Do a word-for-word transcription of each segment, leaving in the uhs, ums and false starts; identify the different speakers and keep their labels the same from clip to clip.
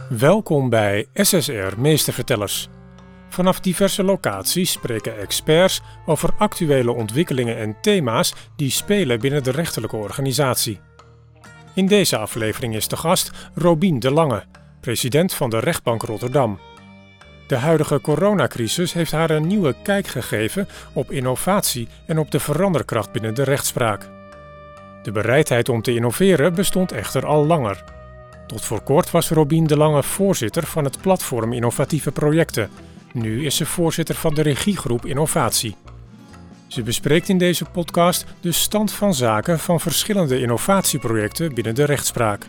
Speaker 1: Welkom bij S S R Meestervertellers. Vanaf diverse locaties spreken experts over actuele ontwikkelingen en thema's die spelen binnen de rechterlijke organisatie. In deze aflevering is de gast Robien de Lange, president van de Rechtbank Rotterdam. De huidige coronacrisis heeft haar een nieuwe kijk gegeven op innovatie en op de veranderkracht binnen de rechtspraak. De bereidheid om te innoveren bestond echter al langer. Tot voor kort was Robien de Lange voorzitter van het platform Innovatieve Projecten. Nu is ze voorzitter van de regiegroep Innovatie. Ze bespreekt in deze podcast de stand van zaken van verschillende innovatieprojecten binnen de rechtspraak.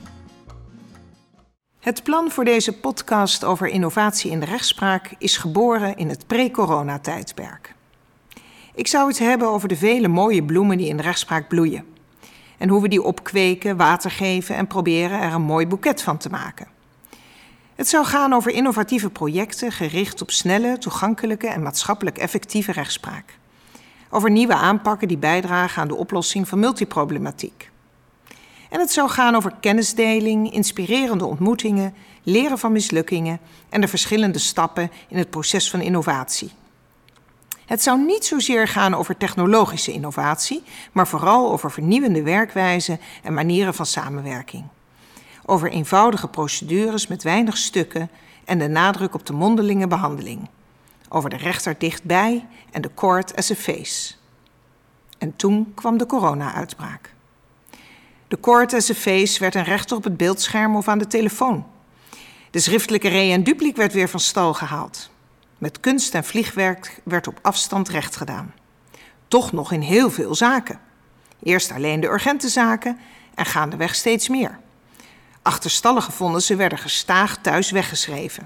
Speaker 2: Het plan voor deze podcast over innovatie in de rechtspraak is geboren in het pre-corona-tijdperk. Ik zou het hebben over de vele mooie bloemen die in de rechtspraak bloeien. En hoe we die opkweken, water geven en proberen er een mooi boeket van te maken. Het zou gaan over innovatieve projecten gericht op snelle, toegankelijke en maatschappelijk effectieve rechtspraak. Over nieuwe aanpakken die bijdragen aan de oplossing van multiproblematiek. En het zou gaan over kennisdeling, inspirerende ontmoetingen, leren van mislukkingen en de verschillende stappen in het proces van innovatie. Het zou niet zozeer gaan over technologische innovatie, maar vooral over vernieuwende werkwijzen en manieren van samenwerking. Over eenvoudige procedures met weinig stukken en de nadruk op de mondelinge behandeling. Over de rechter dichtbij en de court as a face. En toen kwam de corona-uitbraak. De court as a face werd een rechter op het beeldscherm of aan de telefoon. De schriftelijke re en duplik werd weer van stal gehaald. Met kunst en vliegwerk werd op afstand recht gedaan. Toch nog in heel veel zaken. Eerst alleen de urgente zaken en gaandeweg steeds meer. Achterstallige vonnissen werden gestaag thuis weggeschreven.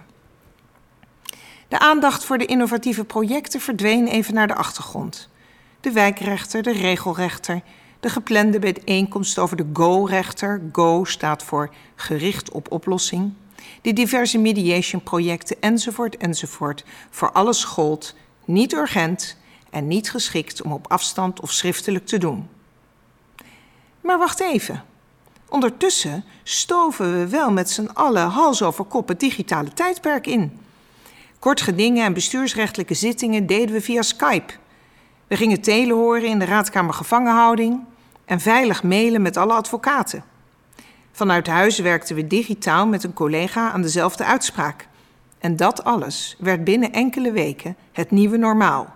Speaker 2: De aandacht voor de innovatieve projecten verdween even naar de achtergrond. De wijkrechter, de regelrechter, de geplande bijeenkomst over de Go-rechter. Go staat voor gericht op oplossing. De diverse mediation-projecten enzovoort enzovoort. Voor alles gold, niet urgent en niet geschikt om op afstand of schriftelijk te doen. Maar wacht even. Ondertussen stoven we wel met z'n allen hals over kop het digitale tijdperk in. Kortgedingen en bestuursrechtelijke zittingen deden we via Skype. We gingen telehoren in de raadkamer gevangenhouding en veilig mailen met alle advocaten. Vanuit huis werkten we digitaal met een collega aan dezelfde uitspraak. En dat alles werd binnen enkele weken het nieuwe normaal.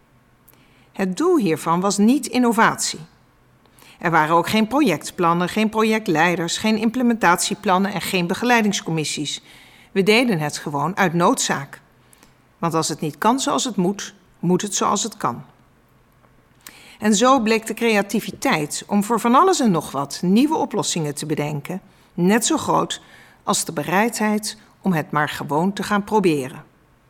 Speaker 2: Het doel hiervan was niet innovatie. Er waren ook geen projectplannen, geen projectleiders, geen implementatieplannen en geen begeleidingscommissies. We deden het gewoon uit noodzaak. Want als het niet kan zoals het moet, moet het zoals het kan. En zo bleek de creativiteit om voor van alles en nog wat nieuwe oplossingen te bedenken net zo groot als de bereidheid om het maar gewoon te gaan proberen.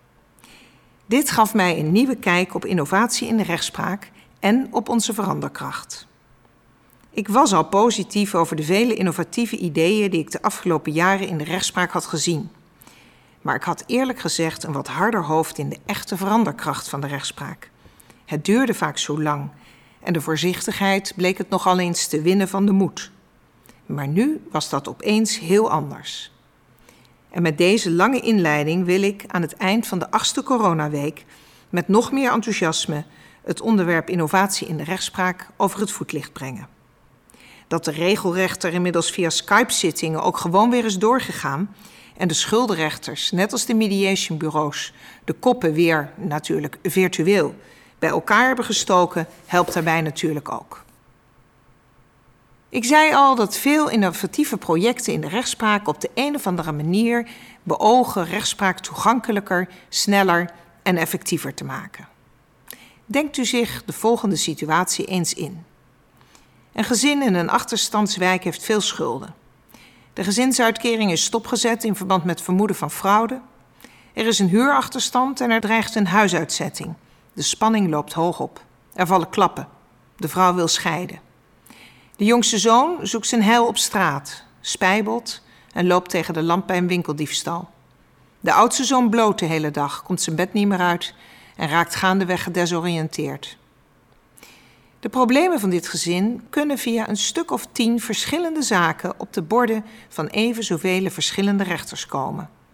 Speaker 2: Dit gaf mij een nieuwe kijk op innovatie in de rechtspraak en op onze veranderkracht. Ik was al positief over de vele innovatieve ideeën die ik de afgelopen jaren in de rechtspraak had gezien. Maar ik had eerlijk gezegd een wat harder hoofd in de echte veranderkracht van de rechtspraak. Het duurde vaak zo lang en de voorzichtigheid bleek het nogal eens te winnen van de moed. Maar nu was dat opeens heel anders. En met deze lange inleiding wil ik aan het eind van de achtste coronaweek met nog meer enthousiasme het onderwerp innovatie in de rechtspraak over het voetlicht brengen. Dat de regelrechter inmiddels via Skype-zittingen ook gewoon weer is doorgegaan en de schuldenrechters, net als de mediationbureaus, de koppen weer natuurlijk virtueel bij elkaar hebben gestoken, helpt daarbij natuurlijk ook. Ik zei al dat veel innovatieve projecten in de rechtspraak op de een of andere manier beogen rechtspraak toegankelijker, sneller en effectiever te maken. Denkt u zich de volgende situatie eens in. Een gezin in een achterstandswijk heeft veel schulden. De gezinsuitkering is stopgezet in verband met vermoeden van fraude. Er is een huurachterstand en er dreigt een huisuitzetting. De spanning loopt hoog op. Er vallen klappen. De vrouw wil scheiden. De jongste zoon zoekt zijn heil op straat, spijbelt en loopt tegen de lamp bij een winkeldiefstal. De oudste zoon bloot de hele dag, komt zijn bed niet meer uit en raakt gaandeweg gedesoriënteerd. De problemen van dit gezin kunnen via een stuk of tien verschillende zaken op de borden van even zoveel verschillende rechters komen.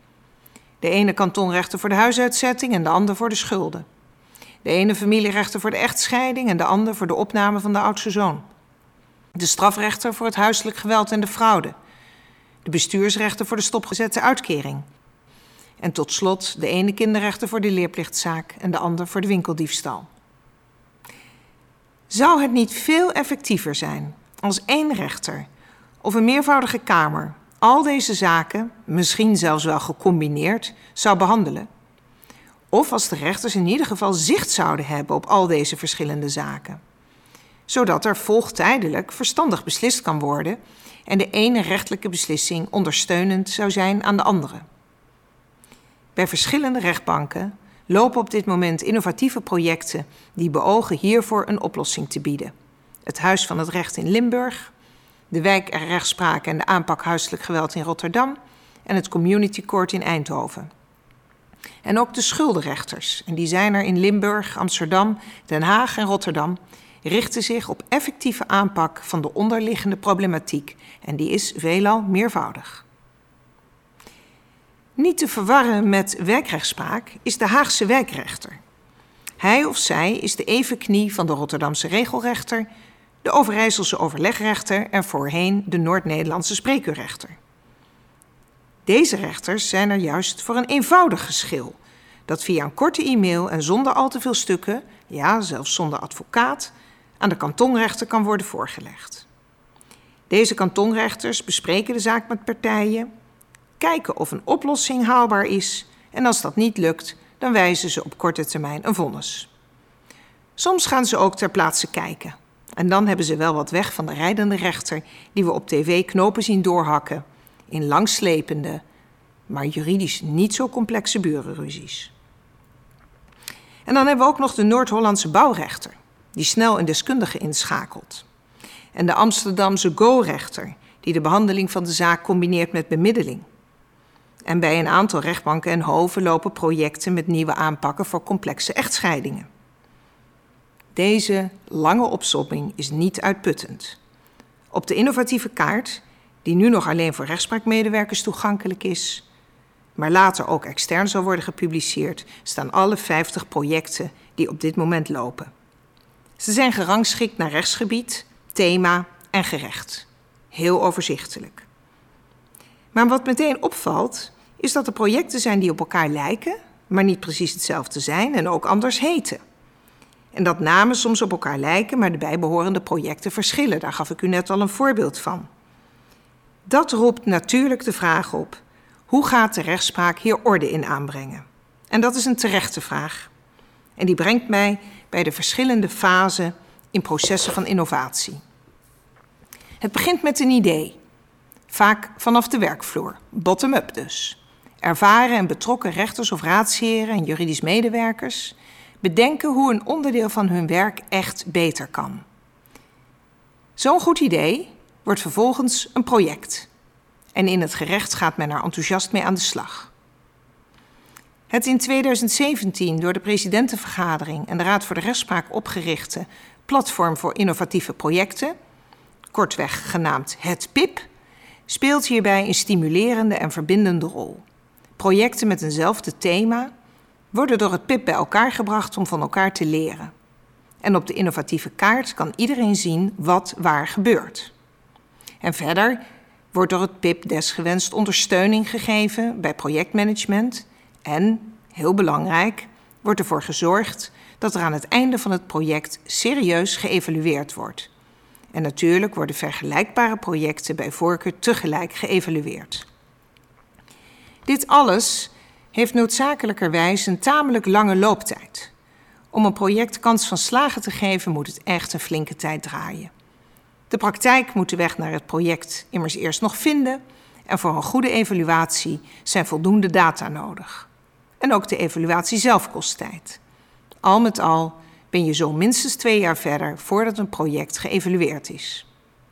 Speaker 2: De ene kantonrechter voor de huisuitzetting en de ander voor de schulden. De ene familierechter voor de echtscheiding en de ander voor de opname van de oudste zoon. De strafrechter voor het huiselijk geweld en de fraude. De bestuursrechter voor de stopgezette uitkering. En tot slot de ene kinderrechter voor de leerplichtzaak en de ander voor de winkeldiefstal. Zou het niet veel effectiever zijn als één rechter of een meervoudige kamer al deze zaken, misschien zelfs wel gecombineerd, zou behandelen? Of als de rechters in ieder geval zicht zouden hebben op al deze verschillende zaken, zodat er volgtijdelijk verstandig beslist kan worden en de ene rechtelijke beslissing ondersteunend zou zijn aan de andere. Bij verschillende rechtbanken lopen op dit moment innovatieve projecten die beogen hiervoor een oplossing te bieden. Het Huis van het Recht in Limburg, de Wijk er Rechtspraak en de aanpak huiselijk geweld in Rotterdam en het Community Court in Eindhoven. En ook de schuldenrechters, en die zijn er in Limburg, Amsterdam, Den Haag en Rotterdam, richten zich op effectieve aanpak van de onderliggende problematiek en die is veelal meervoudig. Niet te verwarren met wijkrechtspraak is de Haagse wijkrechter. Hij of zij is de evenknie van de Rotterdamse regelrechter, de Overijsselse overlegrechter en voorheen de Noord-Nederlandse spreekuurrechter. Deze rechters zijn er juist voor een eenvoudig geschil, dat via een korte e-mail en zonder al te veel stukken, ja, zelfs zonder advocaat, aan de kantonrechter kan worden voorgelegd. Deze kantonrechters bespreken de zaak met partijen, kijken of een oplossing haalbaar is en als dat niet lukt, dan wijzen ze op korte termijn een vonnis. Soms gaan ze ook ter plaatse kijken en dan hebben ze wel wat weg van de rijdende rechter die we op tv knopen zien doorhakken in langslepende, maar juridisch niet zo complexe burenruzies. En dan hebben we ook nog de Noord-Hollandse bouwrechter, die snel een deskundige inschakelt. En de Amsterdamse go-rechter, die de behandeling van de zaak combineert met bemiddeling. En bij een aantal rechtbanken en hoven lopen projecten met nieuwe aanpakken voor complexe echtscheidingen. Deze lange opsomming is niet uitputtend. Op de innovatieve kaart, die nu nog alleen voor rechtspraakmedewerkers toegankelijk is, maar later ook extern zal worden gepubliceerd, staan alle vijftig projecten die op dit moment lopen. Ze zijn gerangschikt naar rechtsgebied, thema en gerecht. Heel overzichtelijk. Maar wat meteen opvalt, is dat er projecten zijn die op elkaar lijken, maar niet precies hetzelfde zijn en ook anders heten. En dat namen soms op elkaar lijken, maar de bijbehorende projecten verschillen. Daar gaf ik u net al een voorbeeld van. Dat roept natuurlijk de vraag op: hoe gaat de rechtspraak hier orde in aanbrengen? En dat is een terechte vraag. En die brengt mij bij de verschillende fasen in processen van innovatie. Het begint met een idee. Vaak vanaf de werkvloer, bottom-up dus. Ervaren en betrokken rechters of raadsheren en juridisch medewerkers bedenken hoe een onderdeel van hun werk echt beter kan. Zo'n goed idee wordt vervolgens een project. En in het gerecht gaat men er enthousiast mee aan de slag. Het in tweeduizend zeventien door de presidentenvergadering en de Raad voor de Rechtspraak opgerichte Platform voor Innovatieve Projecten, kortweg genaamd het P I P, speelt hierbij een stimulerende en verbindende rol. Projecten met eenzelfde thema worden door het P I P bij elkaar gebracht om van elkaar te leren. En op de innovatieve kaart kan iedereen zien wat waar gebeurt. En verder wordt door het P I P desgewenst ondersteuning gegeven bij projectmanagement en, heel belangrijk, wordt ervoor gezorgd dat er aan het einde van het project serieus geëvalueerd wordt. En natuurlijk worden vergelijkbare projecten bij voorkeur tegelijk geëvalueerd. Dit alles heeft noodzakelijkerwijs een tamelijk lange looptijd. Om een project kans van slagen te geven moet het echt een flinke tijd draaien. De praktijk moet de weg naar het project immers eerst nog vinden en voor een goede evaluatie zijn voldoende data nodig. En ook de evaluatie zelf kost tijd. Al met al ben je zo minstens twee jaar verder voordat een project geëvalueerd is.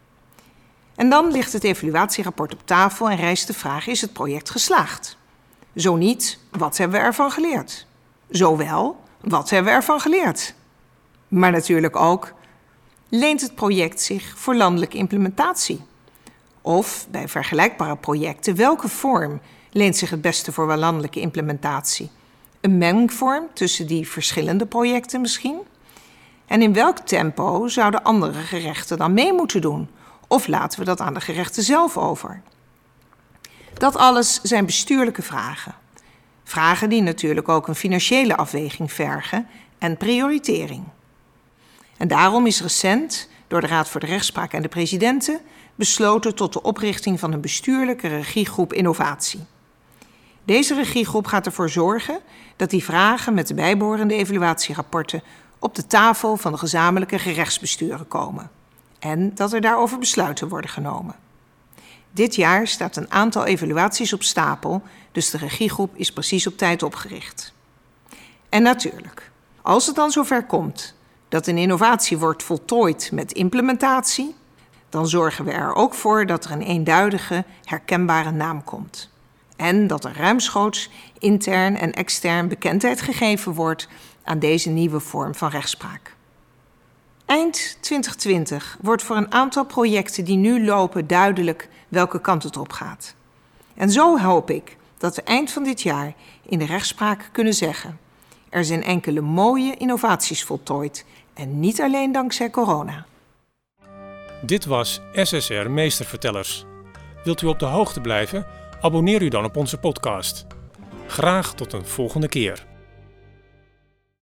Speaker 2: En dan ligt het evaluatierapport op tafel en rijst de vraag: is het project geslaagd? Zo niet, wat hebben we ervan geleerd? Zo wel, wat hebben we ervan geleerd? Maar natuurlijk ook, leent het project zich voor landelijke implementatie? Of bij vergelijkbare projecten, welke vorm leent zich het beste voor landelijke implementatie? Een mengvorm tussen die verschillende projecten misschien? En in welk tempo zouden andere gerechten dan mee moeten doen? Of laten we dat aan de gerechten zelf over? Dat alles zijn bestuurlijke vragen. Vragen die natuurlijk ook een financiële afweging vergen en prioritering. En daarom is recent door de Raad voor de Rechtspraak en de presidenten besloten tot de oprichting van een bestuurlijke regiegroep innovatie. Deze regiegroep gaat ervoor zorgen dat die vragen met de bijbehorende evaluatierapporten op de tafel van de gezamenlijke gerechtsbesturen komen en dat er daarover besluiten worden genomen. Dit jaar staat een aantal evaluaties op stapel, dus de regiegroep is precies op tijd opgericht. En natuurlijk, als het dan zover komt dat een innovatie wordt voltooid met implementatie, dan zorgen we er ook voor dat er een eenduidige, herkenbare naam komt. En dat er ruimschoots intern en extern bekendheid gegeven wordt aan deze nieuwe vorm van rechtspraak. Eind twintig twintig wordt voor een aantal projecten die nu lopen duidelijk welke kant het op gaat. En zo hoop ik dat we eind van dit jaar in de rechtspraak kunnen zeggen: er zijn enkele mooie innovaties voltooid en niet alleen dankzij corona.
Speaker 1: Dit was S S R Meestervertellers. Wilt u op de hoogte blijven? Abonneer u dan op onze podcast. Graag tot een volgende keer.